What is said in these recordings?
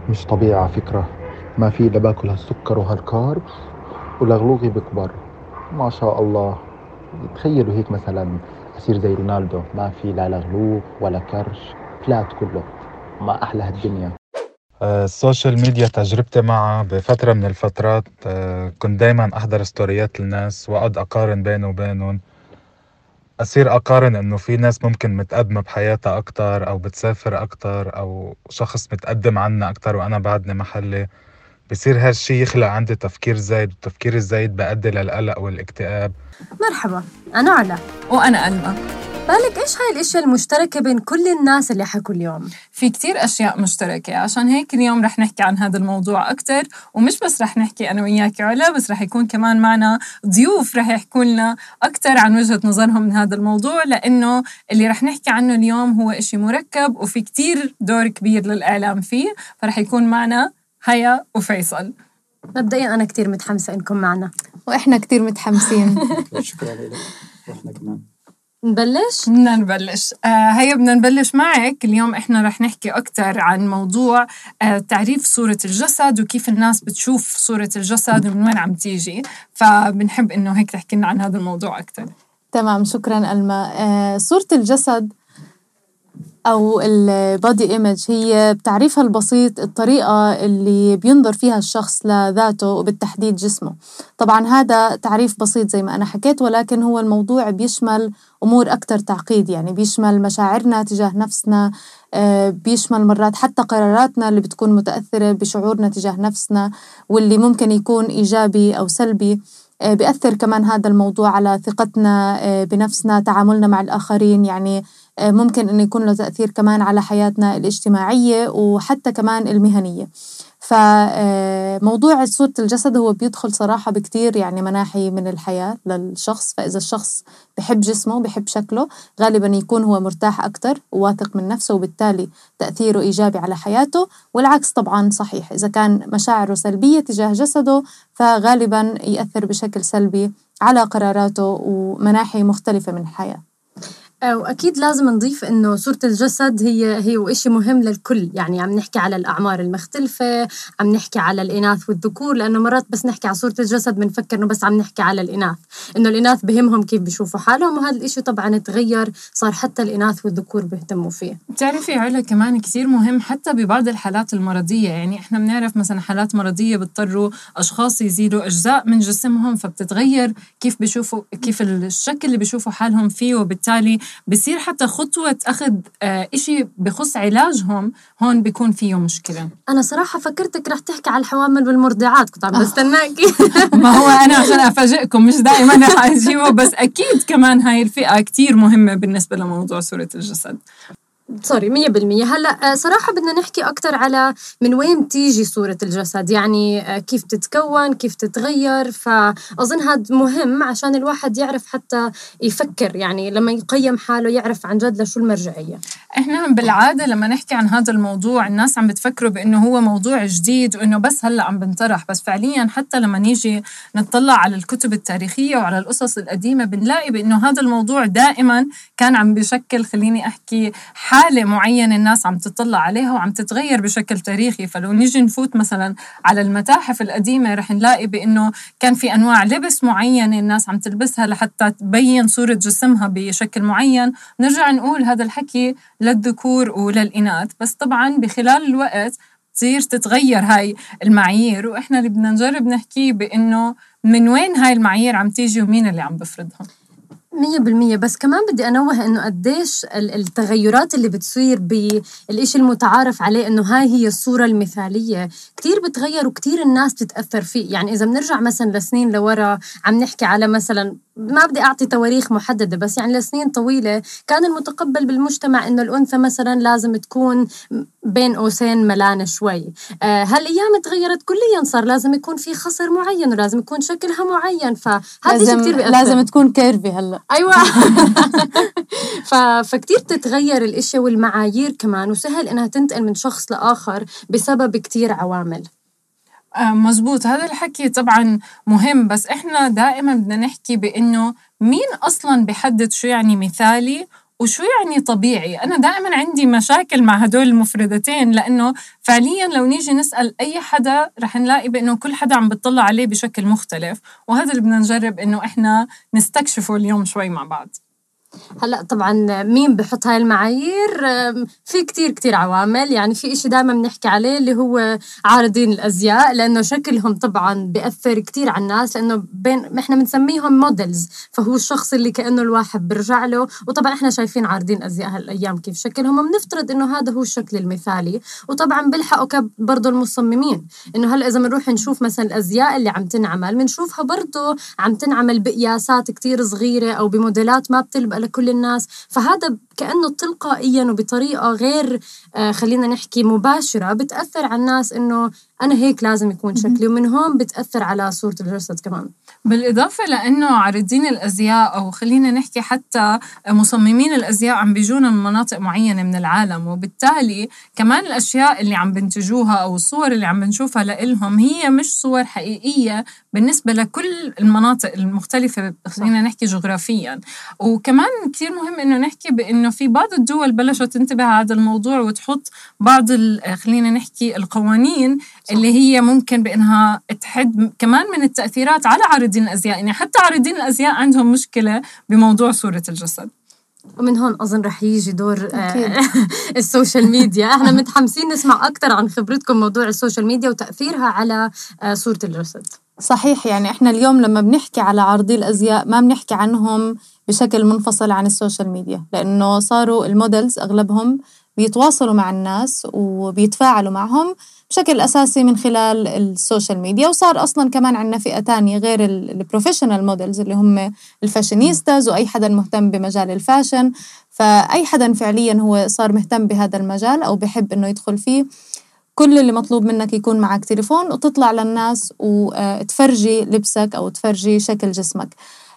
مش طبيعي على فكرة. ما في إلا باكل هالسكر وهالكارب ولغلوغي بكبر. ما شاء الله. تخيلوا هيك مثلا أصير زي رونالدو، ما في لا لغلوغ ولا كرش، فلات كله. ما أحلى هالدنيا. السوشيال ميديا تجربتي معها بفترة من الفترات، كنت دايما أحضر ستوريات الناس وأقعد أقارن بينه وبينهم. أصير أقارن إنه في ناس ممكن متقدمة بحياتها أكتر أو بتسافر أكتر أو شخص متقدم عنا أكتر وأنا بعدني محلي. بصير هالشي يخلق عندي تفكير زايد، والتفكير الزايد بأدي للقلق والاكتئاب. مرحبا، أنا علا. وأنا ألمى. بالك إيش هاي الأشياء المشتركة بين كل الناس اللي حكوا اليوم؟ في كتير أشياء مشتركة، عشان هيك اليوم رح نحكي عن هذا الموضوع أكتر. ومش بس رح نحكي أنا وياك علا، بس رح يكون كمان معنا ضيوف رح يحكوا لنا أكتر عن وجهة نظرهم من هذا الموضوع، لأنه اللي رح نحكي عنه اليوم هو إشي مركب وفي كتير دور كبير للإعلام فيه. فرح يكون معنا هيا وفيصل. مبدئيا أنا كتير متحمسة إنكم معنا. وإحنا كتير متحمسين. شكرا لك. وإحنا كمان. نبلش؟ بدنا نبلش. هيا بدنا نبلش معك. اليوم إحنا رح نحكي أكتر عن موضوع تعريف صورة الجسد وكيف الناس بتشوف صورة الجسد ومن وين عم تيجي. فبنحب إنه هيك تحكي لنا عن هذا الموضوع أكتر. تمام، شكرا ألمى. صورة الجسد أو البودي إيمج هي بتعريفها البسيط الطريقة اللي بينظر فيها الشخص لذاته وبالتحديد جسمه. طبعا هذا تعريف بسيط زي ما أنا حكيت، ولكن هو الموضوع بيشمل أمور أكتر تعقيد. يعني بيشمل مشاعرنا تجاه نفسنا، بيشمل مرات حتى قراراتنا اللي بتكون متأثرة بشعورنا تجاه نفسنا، واللي ممكن يكون إيجابي أو سلبي. بيأثر كمان هذا الموضوع على ثقتنا بنفسنا، تعاملنا مع الآخرين. يعني ممكن أن يكون له تأثير كمان على حياتنا الاجتماعية وحتى كمان المهنية. فموضوع صورة الجسد هو بيدخل صراحة بكتير يعني مناحي من الحياة للشخص. فإذا الشخص بحب جسمه بحب شكله، غالبا يكون هو مرتاح أكتر وواثق من نفسه، وبالتالي تأثيره إيجابي على حياته. والعكس طبعا صحيح، إذا كان مشاعره سلبية تجاه جسده فغالبا يأثر بشكل سلبي على قراراته ومناحي مختلفة من الحياة. وأكيد لازم نضيف إنه صورة الجسد هي إشي مهم للكل. يعني عم نحكي على الأعمار المختلفة، عم نحكي على الإناث والذكور، لأنه مرات بس نحكي على صورة الجسد بنفكر إنه بس عم نحكي على الإناث، إنه الإناث بهمهم كيف بيشوفوا حالهم، وهذا الإشي طبعا تغير، صار حتى الإناث والذكور بيهتموا فيه. بتعرفي علا كمان كتير مهم حتى ببعض الحالات المرضية. يعني إحنا بنعرف مثلا حالات مرضية بيضطروا أشخاص يزيلوا أجزاء من جسمهم، فبتتغير كيف بيشوفوا، كيف الشكل اللي بيشوفوا حالهم فيه، وبالتالي بصير حتى خطوة أخذ إشي بخص علاجهم هون بيكون فيه مشكلة. أنا صراحة فكرتك رح تحكي على الحوامل والمرضعات، كنت عم بستناكي. ما هو أنا عشان أفاجئكم مش دائما رح أجيبه، بس أكيد كمان هاي الفئة كتير مهمة بالنسبة لموضوع صورة الجسد. سوري 100%. هلأ صراحة بدنا نحكي أكتر على من وين تيجي صورة الجسد، يعني كيف تتكون، كيف تتغير. فأظن هذا مهم عشان الواحد يعرف حتى يفكر، يعني لما يقيم حاله يعرف عن جد لشو المرجعية. إحنا بالعادة لما نحكي عن هذا الموضوع الناس عم بتفكروا بأنه هو موضوع جديد وإنه بس هلأ عم بنطرح، بس فعليا حتى لما نيجي نطلع على الكتب التاريخية وعلى القصص القديمة بنلاقي بأنه هذا الموضوع دائما كان عم بشكل، خليني أحكي، حالة معينة الناس عم تطلع عليها وعم تتغير بشكل تاريخي. فلو نيجي نفوت مثلا على المتاحف القديمة رح نلاقي بأنه كان في أنواع لبس معينة الناس عم تلبسها لحتى تبين صورة جسمها بشكل معين. نرجع نقول هذا الحكي للذكور وللإناث، بس طبعا بخلال الوقت تصير تتغير هاي المعايير، وإحنا اللي بدنا نجرب نحكي بأنه من وين هاي المعايير عم تيجي ومين اللي عم بفرضها. 100%. بس كمان بدي أنوه إنه قديش التغيرات اللي بتصير بالإشي المتعارف عليه إنه هاي هي الصورة المثالية كتير بتغير وكتير الناس تتأثر فيه. يعني إذا بنرجع مثلا لسنين لورا، عم نحكي على مثلا، ما بدي أعطي تواريخ محددة، بس يعني لسنين طويلة كان المتقبل بالمجتمع إنه الأنثى مثلا لازم تكون بين قوسين ملانة شوي. هالأيام تغيرت كليا، صار لازم يكون في خصر معين ولازم يكون شكلها معين. فهذا كتير بيأثر. لازم تكون كيرفي هلأ. أيوة. فكتير تتغير الاشياء والمعايير كمان، وسهل إنها تنتقل من شخص لآخر بسبب كتير عوامل. مزبوط، هذا الحكي طبعا مهم، بس إحنا دائما بدنا نحكي بأنه مين أصلا بيحدد شو يعني مثالي وشو يعني طبيعي؟ أنا دائما عندي مشاكل مع هدول المفردتين، لأنه فعليا لو نيجي نسأل أي حدا رح نلاقي بأنه كل حدا عم بتطلع عليه بشكل مختلف، وهذا اللي بدنا نجرب أنه إحنا نستكشفه اليوم شوي مع بعض. هلأ طبعاً مين بحط هاي المعايير؟ في كتير عوامل. يعني في إشي دائما بنحكي عليه اللي هو عارضين الأزياء، لأنه شكلهم طبعاً بيأثر كتير على الناس، لأنه إحنا بنسميهم موديلز، فهو الشخص اللي كأنه الواحد برجع له. وطبعاً إحنا شايفين عارضين أزياء هالأيام كيف شكلهم، وبنفترض إنه هذا هو الشكل المثالي. وطبعاً بلحقوا برضو المصممين إنه هلأ إذا بنروح نشوف مثلاً الأزياء اللي عم تنعمل، بنشوفها برضو عم تنعمل بقياسات كتير صغيرة أو بموديلات ما بتلبق لكل الناس. فهذا كأنه تلقائياً وبطريقة غير خلينا نحكي مباشرة بتأثر على الناس إنه أنا هيك لازم يكون شكلي، ومن هون بتأثر على صورة الجسد كمان. بالإضافة لأنه عارضين الأزياء، أو خلينا نحكي حتى مصممين الأزياء عم بيجونا من مناطق معينة من العالم، وبالتالي كمان الأشياء اللي عم بنتجوها أو الصور اللي عم بنشوفها لإلهم هي مش صور حقيقية بالنسبة لكل المناطق المختلفة، خلينا نحكي جغرافيا. وكمان كتير مهم إنه نحكي بإنه في بعض الدول بلشت تنتبه على هذا الموضوع وتحط بعض خلينا نحكي القوانين اللي هي ممكن بإنها تحد كمان من التأثيرات على عارضين الأزياء. يعني حتى عارضين الأزياء عندهم مشكلة بموضوع صورة الجسد. ومن هون أظن رح يجي دور السوشيال ميديا. احنا متحمسين نسمع أكتر عن خبرتكم موضوع السوشيال ميديا وتأثيرها على صورة الجسد. صحيح، يعني احنا اليوم لما بنحكي على عارضي الأزياء ما بنحكي عنهم بشكل منفصل عن السوشيال ميديا، لأنه صاروا المودلز أغلبهم بيتواصلوا مع الناس وبيتفاعلوا معهم بشكل أساسي من خلال السوشيال ميديا. وصار أصلاً كمان عنا فئة تانية غير البروفيشنال مودلز اللي هم الفاشينيستاز، وأي حدا مهتم بمجال الفاشن. فأي حدا فعلياً هو صار مهتم بهذا المجال أو بحب إنه يدخل فيه، كل اللي مطلوب منك يكون معك تليفون وتطلع للناس وتفرجي لبسك أو تفرجي شكل جسمك.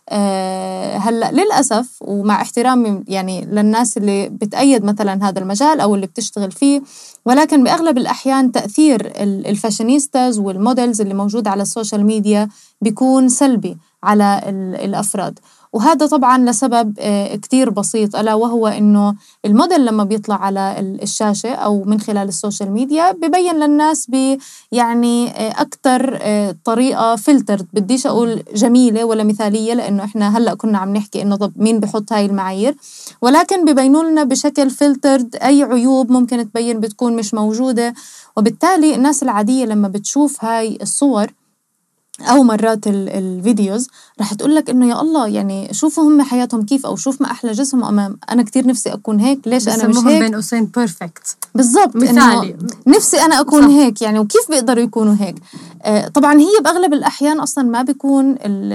هلأ للأسف ومع احترامي يعني للناس اللي بتأيد مثلا هذا المجال أو اللي بتشتغل فيه، ولكن بأغلب الأحيان تأثير الفاشينيستاز والمودلز اللي موجود على السوشيال ميديا بيكون سلبي على الأفراد. وهذا طبعاً لسبب كتير بسيط، ألا وهو إنه الموديل لما بيطلع على الشاشة أو من خلال السوشيال ميديا ببين للناس يعني أكتر طريقة فلتر، بديش أقول جميلة ولا مثالية، لأنه إحنا هلأ كنا عم نحكي إنه طب مين بحط هاي المعايير، ولكن ببينوا لنا بشكل فلترد أي عيوب ممكن تبين بتكون مش موجودة. وبالتالي الناس العادية لما بتشوف هاي الصور أو مرات الفيديوز رح تقولك إنه يا الله، يعني شوفوا هم حياتهم كيف، أو شوف ما أحلى جسم، أمام أنا كتير نفسي أكون هيك، ليش أنا مش هيك؟ بين قوسين بيرفكت بالضبط، مثالي، نفسي أنا أكون صح. هيك يعني، وكيف بيقدروا يكونوا هيك؟ طبعا هي بأغلب الأحيان أصلا ما بيكون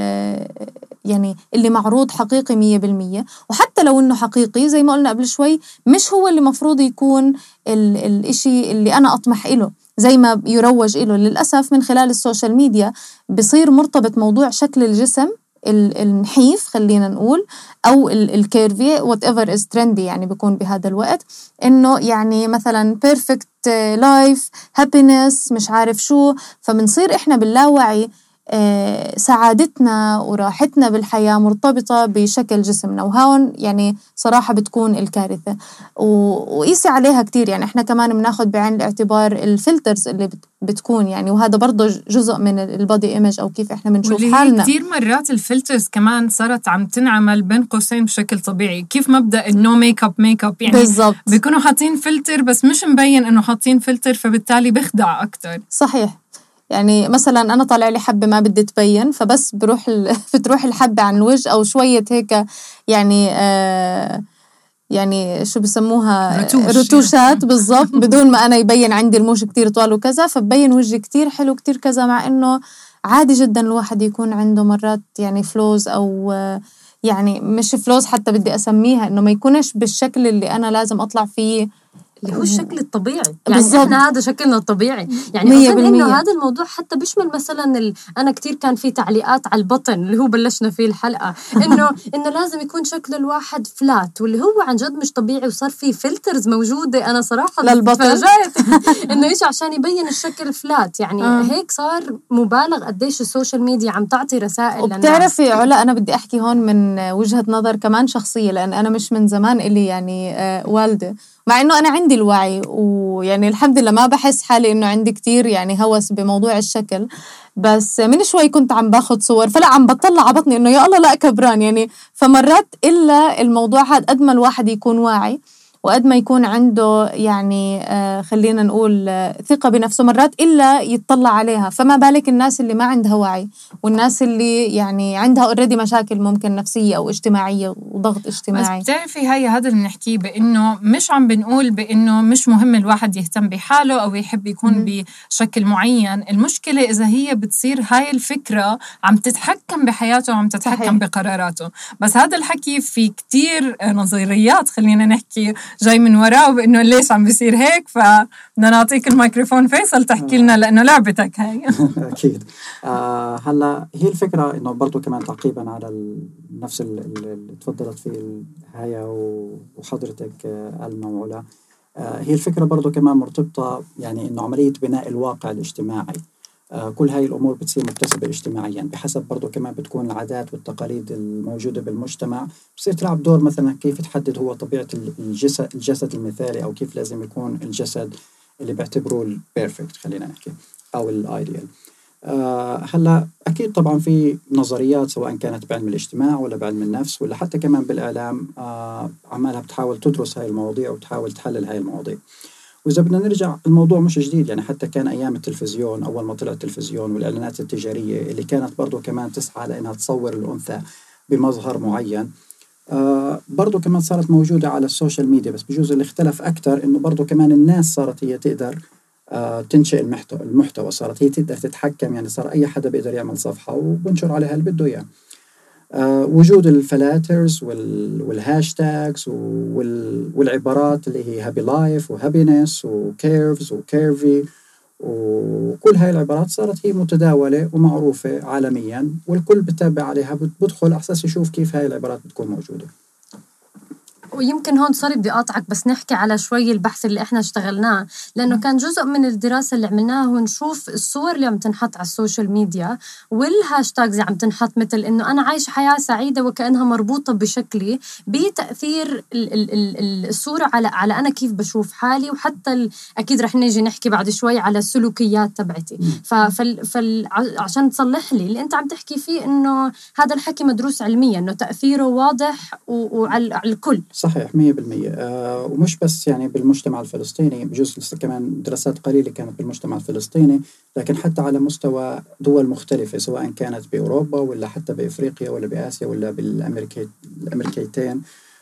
يعني اللي معروض حقيقي 100%. وحتى لو إنه حقيقي زي ما قلنا قبل شوي مش هو اللي مفروض يكون الإشي اللي أنا أطمح إله زي ما يروج إله. للأسف من خلال السوشيال ميديا بصير مرتبط موضوع شكل الجسم النحيف خلينا نقول أو الكيرفي whatever is trendy، يعني بيكون بهذا الوقت إنه يعني مثلا perfect life happiness مش عارف شو. فمنصير إحنا باللاوعي سعادتنا وراحتنا بالحياة مرتبطة بشكل جسمنا، وهون يعني صراحة بتكون الكارثة. وقيسي عليها كتير، يعني إحنا كمان بناخد بعين الاعتبار الفلترز اللي بتكون يعني، وهذا برضو جزء من البادي إيمج أو كيف إحنا بنشوف حالنا. كتير مرات الفلترز كمان صارت عم تنعمل بين قوسين بشكل طبيعي، كيف مبدأ النو ميك اب يعني بالزبط. بيكونوا حاطين فلتر بس مش مبين إنه حاطين فلتر، فبالتالي بخدع أكتر. صحيح، يعني مثلا أنا طالع لي حبة ما بدي تبين، فبس بتروح الحبة عن الوجه أو شوية هيك يعني يعني شو بسموها رتوشات بالضبط بدون ما أنا يبين عندي الموش كتير طوال وكذا، فبين وجهي كتير حلو كتير كذا، مع إنه عادي جدا الواحد يكون عنده مرات يعني فلوز أو يعني مش فلوز حتى بدي أسميها، إنه ما يكونش بالشكل اللي أنا لازم أطلع فيه اللي هو الشكل الطبيعي، يعني بالضبط. احنا هذا شكلنا الطبيعي، يعني 100%. اظن انه هذا الموضوع حتى بيشمل مثلا انا كتير كان في تعليقات على البطن اللي هو بلشنا فيه الحلقه انه لازم يكون شكل الواحد فلات، واللي هو عن جد مش طبيعي، وصار في فلترز موجوده. انا صراحه للبطن. تفاجأت انه ايش عشان يبين الشكل فلات، يعني هيك صار مبالغ قديش السوشيال ميديا عم تعطي رسائل للناس. وبتعرفي علا، أنا بدي أحكي هون من وجهة نظر كمان شخصية، لأن أنا مش من زمان إلي يعني والدة، مع إنه أنا عندي الوعي، ويعني الحمد لله ما بحس حالي إنه عندي كتير يعني هوس بموضوع الشكل. بس من شوي كنت عم باخد صور، فلا عم بطلع على بطني إنه يا الله لا كبران يعني. فمرات إلا الموضوع هذا قد ما الواحد يكون واعي وقد ما يكون عنده يعني خلينا نقول ثقة بنفسه، مرات إلا يتطلع عليها. فما بالك الناس اللي ما عندها وعي، والناس اللي يعني عندها اوريدي مشاكل ممكن نفسية أو اجتماعية وضغط اجتماعي. بس بتعرفي هذا اللي بنحكيه، بأنه مش عم بنقول بأنه مش مهم الواحد يهتم بحاله أو يحب يكون بشكل معين. المشكلة إذا هي بتصير هاي الفكرة عم تتحكم بحياته وعم تتحكم صحيح. بقراراته. بس هذا الحكي في كتير نظريات خلينا نحكي جاي من وراه، بأنه ليش عم بيصير هيك. فبدنا نعطيك الميكروفون فيصل تحكي لنا، لأنه لعبتك هاي. أكيد. هلا هي الفكرة إنه برضو كمان تعقيبا على نفس اللي تفضلت فيه هاي وحضرتك ألما وعلا. هي الفكرة برضو كمان مرتبطة يعني إنه عملية بناء الواقع الاجتماعي. كل هاي الأمور بتصير مكتسبة اجتماعيا، بحسب برضو كمان بتكون العادات والتقاليد الموجودة بالمجتمع بتصير تلعب دور. مثلا كيف تحدد هو طبيعة الجسد المثالي، أو كيف لازم يكون الجسد اللي بيعتبروه البيرفكت خلينا نحكي، أو الآيديال. هلا أكيد طبعا في نظريات سواء كانت بعلم الاجتماع ولا بعلم النفس ولا حتى كمان بالإعلام عمالها بتحاول تدرس هاي المواضيع وتحاول تحلل هاي المواضيع. وإذا بدنا نرجع، الموضوع مش جديد، يعني حتى كان أيام التلفزيون، أول ما طلع التلفزيون والإعلانات التجارية اللي كانت برضو كمان تسعى لأنها تصور الأنثى بمظهر معين. برضو كمان صارت موجودة على السوشيال ميديا، بس بجوز اللي اختلف أكتر إنه برضو كمان الناس صارت هي تقدر تنشئ المحتوى، صارت هي تقدر تتحكم. يعني صار أي حدا بيقدر يعمل صفحة وبنشر عليها اللي بده إياه. وجود الفلاترز والهاشتاجز والعبارات اللي هي هابي لايف وهابينس وكيرفز وكيرفي، وكل هاي العبارات صارت هي متداولة ومعروفة عالميا، والكل بتابع عليها، بدخل على أساس يشوف كيف هاي العبارات بتكون موجودة. ويمكن هون صار بدي أقاطعك بس نحكي على شوي البحث اللي إحنا اشتغلناه، لأنه كان جزء من الدراسة اللي عملناها ونشوف الصور اللي عم تنحط على السوشيال ميديا والهاشتاجز اللي عم تنحط، مثل إنه أنا عايشة حياة سعيدة وكأنها مربوطة بشكلي، بتأثير الصورة على أنا كيف بشوف حالي، وحتى أكيد رح نيجي نحكي بعد شوي على السلوكيات تبعتي. عشان تصلح لي اللي أنت عم تحكي فيه، إنه هذا الحكي مدروس علميا، إنه تأثيره واضح وعلى الكل. صحيح 100%. ومش بس يعني بالمجتمع الفلسطيني، بجوز كمان دراسات قليلة كانت بالمجتمع الفلسطيني، لكن حتى على مستوى دول مختلفة سواء كانت بأوروبا ولا حتى بإفريقيا ولا بآسيا ولا بالأمريكتين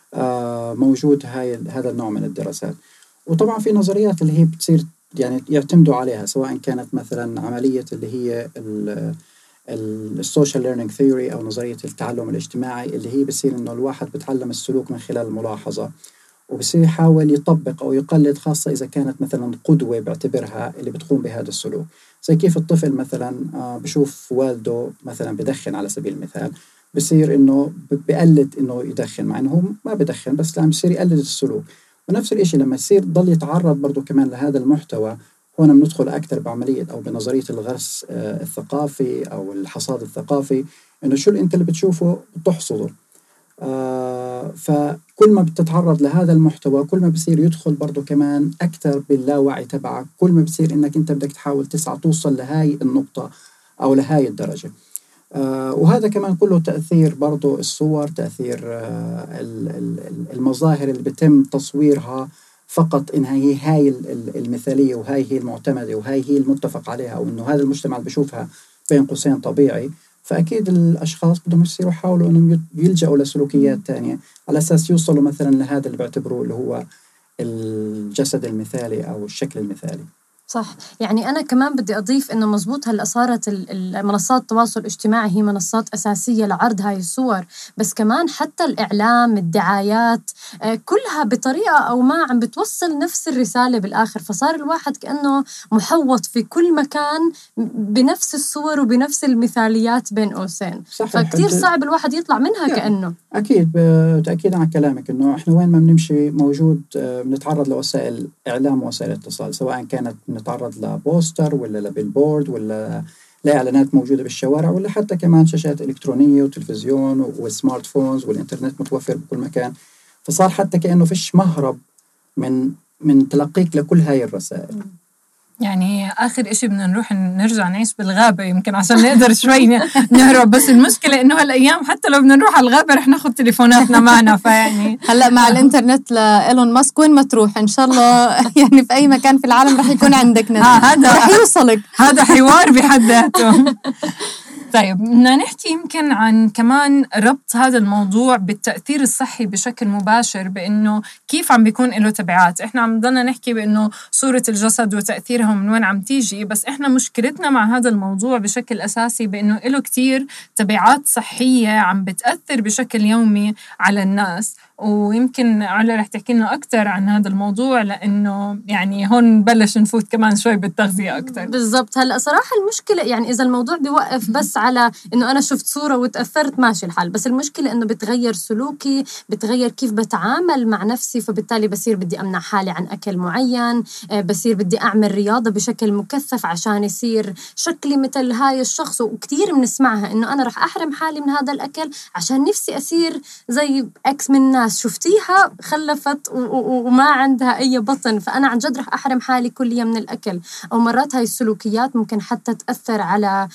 موجود هذا النوع من الدراسات. وطبعا في نظريات اللي هي بتصير يعني يعتمدوا عليها، سواء كانت مثلا عملية اللي هي السوشيال ليرنينج ثيوري أو نظرية التعلم الاجتماعي، اللي هي بصير إنه الواحد بتعلم السلوك من خلال الملاحظة، وبصير يحاول يطبق أو يقلد، خاصة إذا كانت مثلا قدوة بيعتبرها اللي بتقوم بهذا السلوك. زي كيف الطفل مثلا بشوف والده مثلا بدخن على سبيل المثال، بصير إنه بيقلد إنه يدخن، مع إنه هو ما بدخن، بس لما بصير يقلد السلوك. ونفس الإشي لما يصير ضل يتعرض برضو كمان لهذا المحتوى، هنا بندخل أكثر بعملية أو بنظرية الغرس الثقافي أو الحصاد الثقافي، إنه شو اللي أنت اللي بتشوفه بتحصده. فكل ما بتتعرض لهذا المحتوى كل ما بصير يدخل برضو كمان أكثر باللاوعي تبعك، كل ما بصير إنك أنت بدك تحاول تسعى توصل لهاي النقطة أو لهاي الدرجة. وهذا كمان كله تأثير برضو الصور، تأثير المظاهر اللي بتم تصويرها فقط إنها هاي المثالية وهاي هي المعتمدة وهاي هي المتفق عليها، أو إنه هذا المجتمع اللي بشوفها بين قوسين طبيعي. فأكيد الأشخاص بدهم يصيروا يحاولوا إنهم يلجأوا لسلوكيات تانية على أساس يوصلوا مثلا لهذا اللي بيعتبروه اللي هو الجسد المثالي أو الشكل المثالي. صح. يعني أنا كمان بدي أضيف إنه مزبوط هلأ صارت منصات التواصل الاجتماعي هي منصات أساسية لعرض هاي الصور، بس كمان حتى الإعلام، الدعايات، كلها بطريقة أو ما عم بتوصل نفس الرسالة بالآخر، فصار الواحد كأنه محوط في كل مكان بنفس الصور وبنفس المثاليات بين قوسين، فكتير صعب الواحد يطلع منها كأنه. أكيد تأكيد على كلامك إنه إحنا وين ما بنمشي موجود بنتعرض لوسائل إعلام ووسائل اتصال، سواء كانت نتعرض لبوستر ولا لبيلبورد ولا لإعلانات موجودة بالشوارع ولا حتى كمان شاشات إلكترونية وتلفزيون والسمارت فونز والإنترنت متوفر بكل مكان. فصار حتى كأنه فيش مهرب من تلقيك لكل هاي الرسائل. يعني آخر إشي بدنا نروح نرجع نعيش بالغابة يمكن عشان نقدر شوي نهرب، بس المشكلة إنه هالأيام حتى لو بدنا نروح على الغابة رح ناخد تليفوناتنا معنا. فيعني هلأ مع الإنترنت لإيلون ماسك وين ما تروح إن شاء الله يعني في أي مكان في العالم رح يكون عندك نت، هذا رح يوصلك. هذا حوار بحد ذاته. طيب بدنا نحكي يمكن عن كمان ربط هذا الموضوع بالتأثير الصحي بشكل مباشر، بأنه كيف عم بيكون له تبعات. إحنا عم ضلنا نحكي بأنه صورة الجسد وتأثيرها من وين عم تيجي، بس إحنا مشكلتنا مع هذا الموضوع بشكل أساسي بأنه له كتير تبعات صحية عم بتأثر بشكل يومي على الناس. ويمكن علا رح تحكي لنا أكتر عن هذا الموضوع، لأنه يعني هون نبلش نفوت كمان شوي بالتغذية أكتر. بالضبط. هلأ صراحة المشكلة يعني إذا الموضوع بيوقف بس على إنه أنا شفت صورة وتأثرت ماشي الحال، بس المشكلة إنه بتغير سلوكي، بتغير كيف بتعامل مع نفسي، فبالتالي بصير بدي أمنع حالي عن أكل معين، بصير بدي أعمل رياضة بشكل مكثف عشان يصير شكلي مثل هاي الشخص. وكتير بنسمعها إنه أنا رح أحرم حالي من هذا الأكل عشان نفسي أصير زي أكس من الناس شفتيها خلفت وما عندها أي بطن، فأنا عن جد رح أحرم حالي كل يوم من الأكل. أو مرات هاي السلوكيات ممكن حتى تأثر على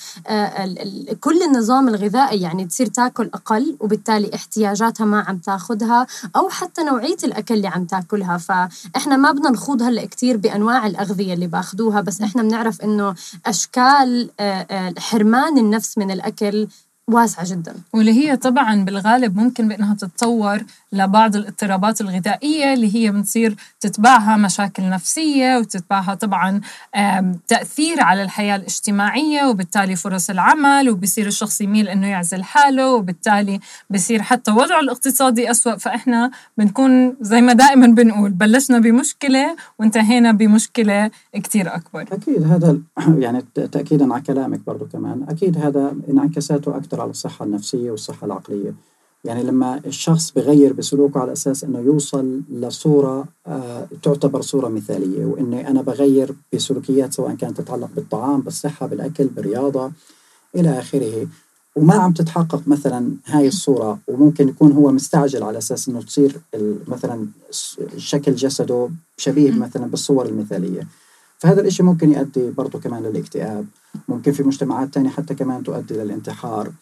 كل النظام الغذائي، يعني تصير تاكل أقل وبالتالي احتياجاتها ما عم تاخدها، أو حتى نوعية الأكل اللي عم تاكلها. فإحنا ما بدنا نخوض هلأ كتير بأنواع الأغذية اللي باخدوها، بس إحنا بنعرف إنه أشكال حرمان النفس من الأكل واسعة جدا، واللي هي طبعا بالغالب ممكن بأنها تتطور لبعض الاضطرابات الغذائية اللي هي بتصير تتبعها مشاكل نفسية، وتتبعها طبعا تأثير على الحياة الاجتماعية، وبالتالي فرص العمل، وبصير الشخص يميل أنه يعزل حاله، وبالتالي بصير حتى وضعه الاقتصادي أسوأ. فإحنا بنكون زي ما دائما بنقول بلشنا بمشكلة وانتهينا بمشكلة كتير أكبر. أكيد هذا يعني تأكيدا على كلامك برضو كمان، أكيد هذا انعكاساته أكثر على الصحة النفسية والصحة العقلية. يعني لما الشخص بغير بسلوكه على أساس أنه يوصل لصورة تعتبر صورة مثالية، وإني أنا بغير بسلوكيات سواء كانت تتعلق بالطعام، بالصحة، بالأكل، بالرياضة إلى آخره، وما عم تتحقق مثلا هاي الصورة، وممكن يكون هو مستعجل على أساس أنه تصير مثلا شكل جسده شبيه مثلا بالصور المثالية. فهذا الإشي ممكن يؤدي برضو كمان للاكتئاب، ممكن في مجتمعات تانية حتى كمان تؤدي للانتحار.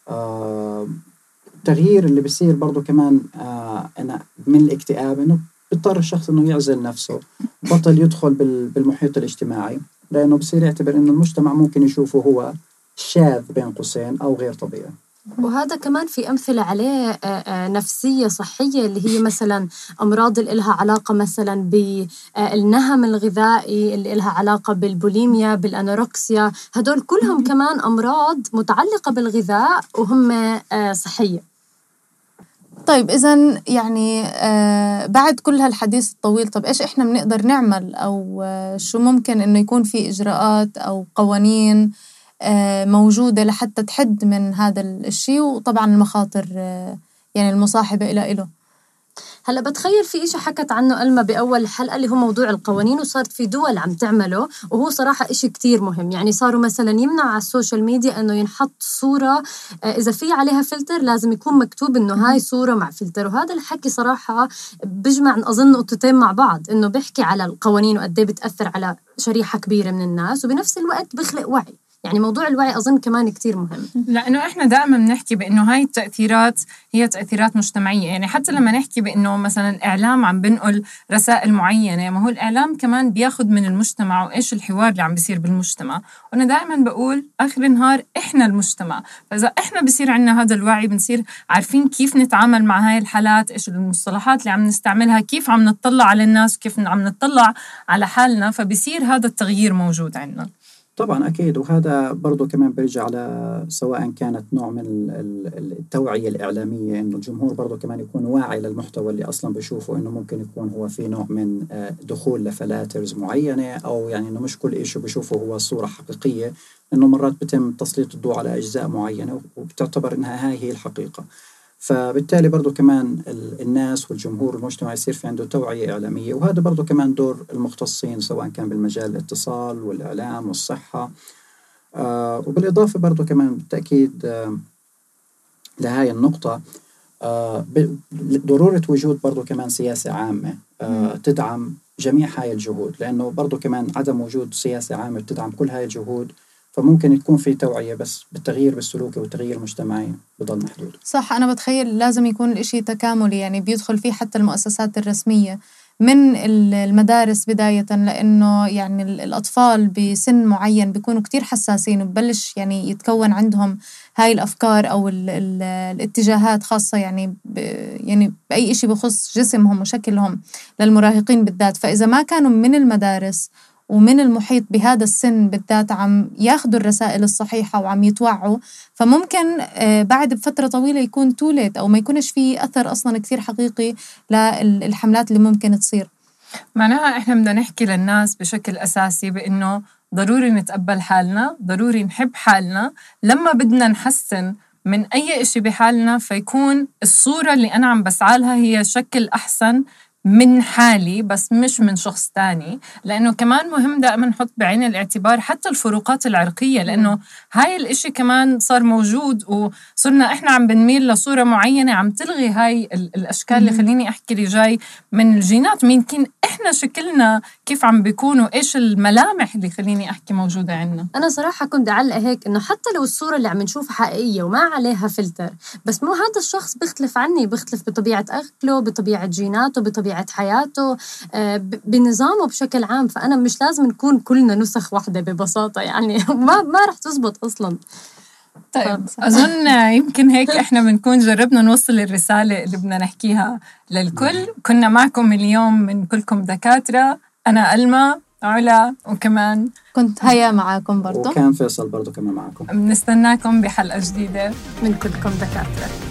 التغيير اللي بيصير برضو كمان أنا من الاكتئاب إنه بيضطر الشخص إنه يعزل نفسه، بطل يدخل بالمحيط الاجتماعي، لأنه بصير يعتبر إنه المجتمع ممكن يشوفه هو شاذ بين قوسين أو غير طبيعي. وهذا كمان في أمثلة عليه نفسية صحية، اللي هي مثلا أمراض اللي لها علاقة مثلا بالنهم الغذائي، اللي لها علاقة بالبوليميا، بالأنوركسيا، هدول كلهم كمان أمراض متعلقة بالغذاء وهم صحية. طيب إذن يعني بعد كل هالحديث الطويل، طب إيش إحنا بنقدر نعمل، أو شو ممكن إنه يكون في إجراءات أو قوانين موجودة لحتى تحد من هذا الشيء، وطبعا المخاطر يعني المصاحبة إله؟ هلا بتخيل في إشي حكت عنه ألما بأول حلقة اللي هو موضوع القوانين، وصارت في دول عم تعمله، وهو صراحة إشي كتير مهم. يعني صاروا مثلا يمنعوا على السوشيال ميديا إنه ينحط صورة إذا في عليها فلتر لازم يكون مكتوب إنه هاي صورة مع فلتر. وهذا الحكي صراحة بجمع أظن نقطتين مع بعض، إنه بيحكي على القوانين وقد إيه بتأثر على شريحة كبيرة من الناس، وبنفس الوقت بخلق وعي. يعني موضوع الوعي أظن كمان كتير مهم. لأنه إحنا دائما بنحكي بأنه هاي التأثيرات هي تأثيرات مجتمعية. يعني حتى لما نحكي بأنه مثلا الإعلام عم بنقل رسائل معينة، ما هو الإعلام كمان بياخد من المجتمع وإيش الحوار اللي عم بيصير بالمجتمع. وأنا دائما بقول آخر النهار إحنا المجتمع، فإذا إحنا بيصير عنا هذا الوعي بنصير عارفين كيف نتعامل مع هاي الحالات، إيش المصطلحات اللي عم نستعملها، كيف عم نطلع على الناس، كيف عم نطلع على حالنا، فبيصير هذا التغيير موجود عنا. طبعا أكيد. وهذا برضو كمان بيرجع على سواء كانت نوع من التوعية الإعلامية، إنه الجمهور برضو كمان يكون واعي للمحتوى اللي أصلا بيشوفه، إنه ممكن يكون هو في نوع من دخول لفلاترز معينة، أو يعني إنه مش كل إشي بيشوفه هو صورة حقيقية، إنه مرات بتم تسليط الضوء على أجزاء معينة وبتعتبر إنها هاي هي الحقيقة. فبالتالي برضو كمان الناس والجمهور والمجتمع يصير في عنده توعية إعلامية، وهذا برضو كمان دور المختصين سواء كان بالمجال الاتصال والإعلام والصحة. وبالإضافة برضو كمان بالتأكيد لهاي النقطة ضرورة وجود برضو كمان سياسة عامة تدعم جميع هاي الجهود، لأنه برضو كمان عدم وجود سياسة عامة تدعم كل هاي الجهود فممكن يكون في توعية بس بالتغيير بالسلوكي والتغيير المجتمعي بضل محدود. صح، أنا بتخيل لازم يكون الإشي تكاملي، يعني بيدخل فيه حتى المؤسسات الرسمية من المدارس بداية، لأنه يعني الأطفال بسن معين بيكونوا كتير حساسين وببلش يعني يتكون عندهم هاي الأفكار أو الاتجاهات خاصة يعني يعني بأي إشي بخص جسمهم وشكلهم للمراهقين بالذات. فإذا ما كانوا من المدارس ومن المحيط بهذا السن بالذات عم ياخدوا الرسائل الصحيحة وعم يتوعوا، فممكن بعد بفترة طويلة يكون توليت أو ما يكونش فيه أثر أصلاً كتير حقيقي للحملات اللي ممكن تصير. معناها إحنا بدنا نحكي للناس بشكل أساسي بأنه ضروري نتقبل حالنا، ضروري نحب حالنا. لما بدنا نحسن من أي إشي بحالنا فيكون الصورة اللي أنا عم بسعالها هي شكل أحسن من حالي بس مش من شخص تاني. لأنه كمان مهم دائما نحط بعين الاعتبار حتى الفروقات العرقية، لأنه هاي الاشي كمان صار موجود وصرنا إحنا عم بنميل لصورة معينة عم تلغي هاي الأشكال اللي خليني أحكي اللي جاي من الجينات. ممكن إحنا شكلنا كيف عم بيكونوا إيش الملامح اللي خليني أحكي موجودة عنا. أنا صراحة كنت أعلق هيك إنه حتى لو الصورة اللي عم نشوفها حقيقية وما عليها فلتر، بس مو هذا الشخص بيختلف عني، بيختلف بطبيعة أكله، بطبيعة جيناته، بطبيعة حياته، بنظامه بشكل عام. فأنا مش لازم نكون كلنا نسخ واحدة ببساطة، يعني ما رح تزبط أصلاً. طيب أظن يمكن هيك إحنا بنكون جربنا نوصل الرسالة اللي بدنا نحكيها للكل. كنا معكم اليوم من كلكم دكاترة، أنا ألما، علا، وكمان كنت هيا معاكم برضو، وكان فيصل برضو كمان معاكم. بنستناكم بحلقة جديدة من كلكم دكاترة.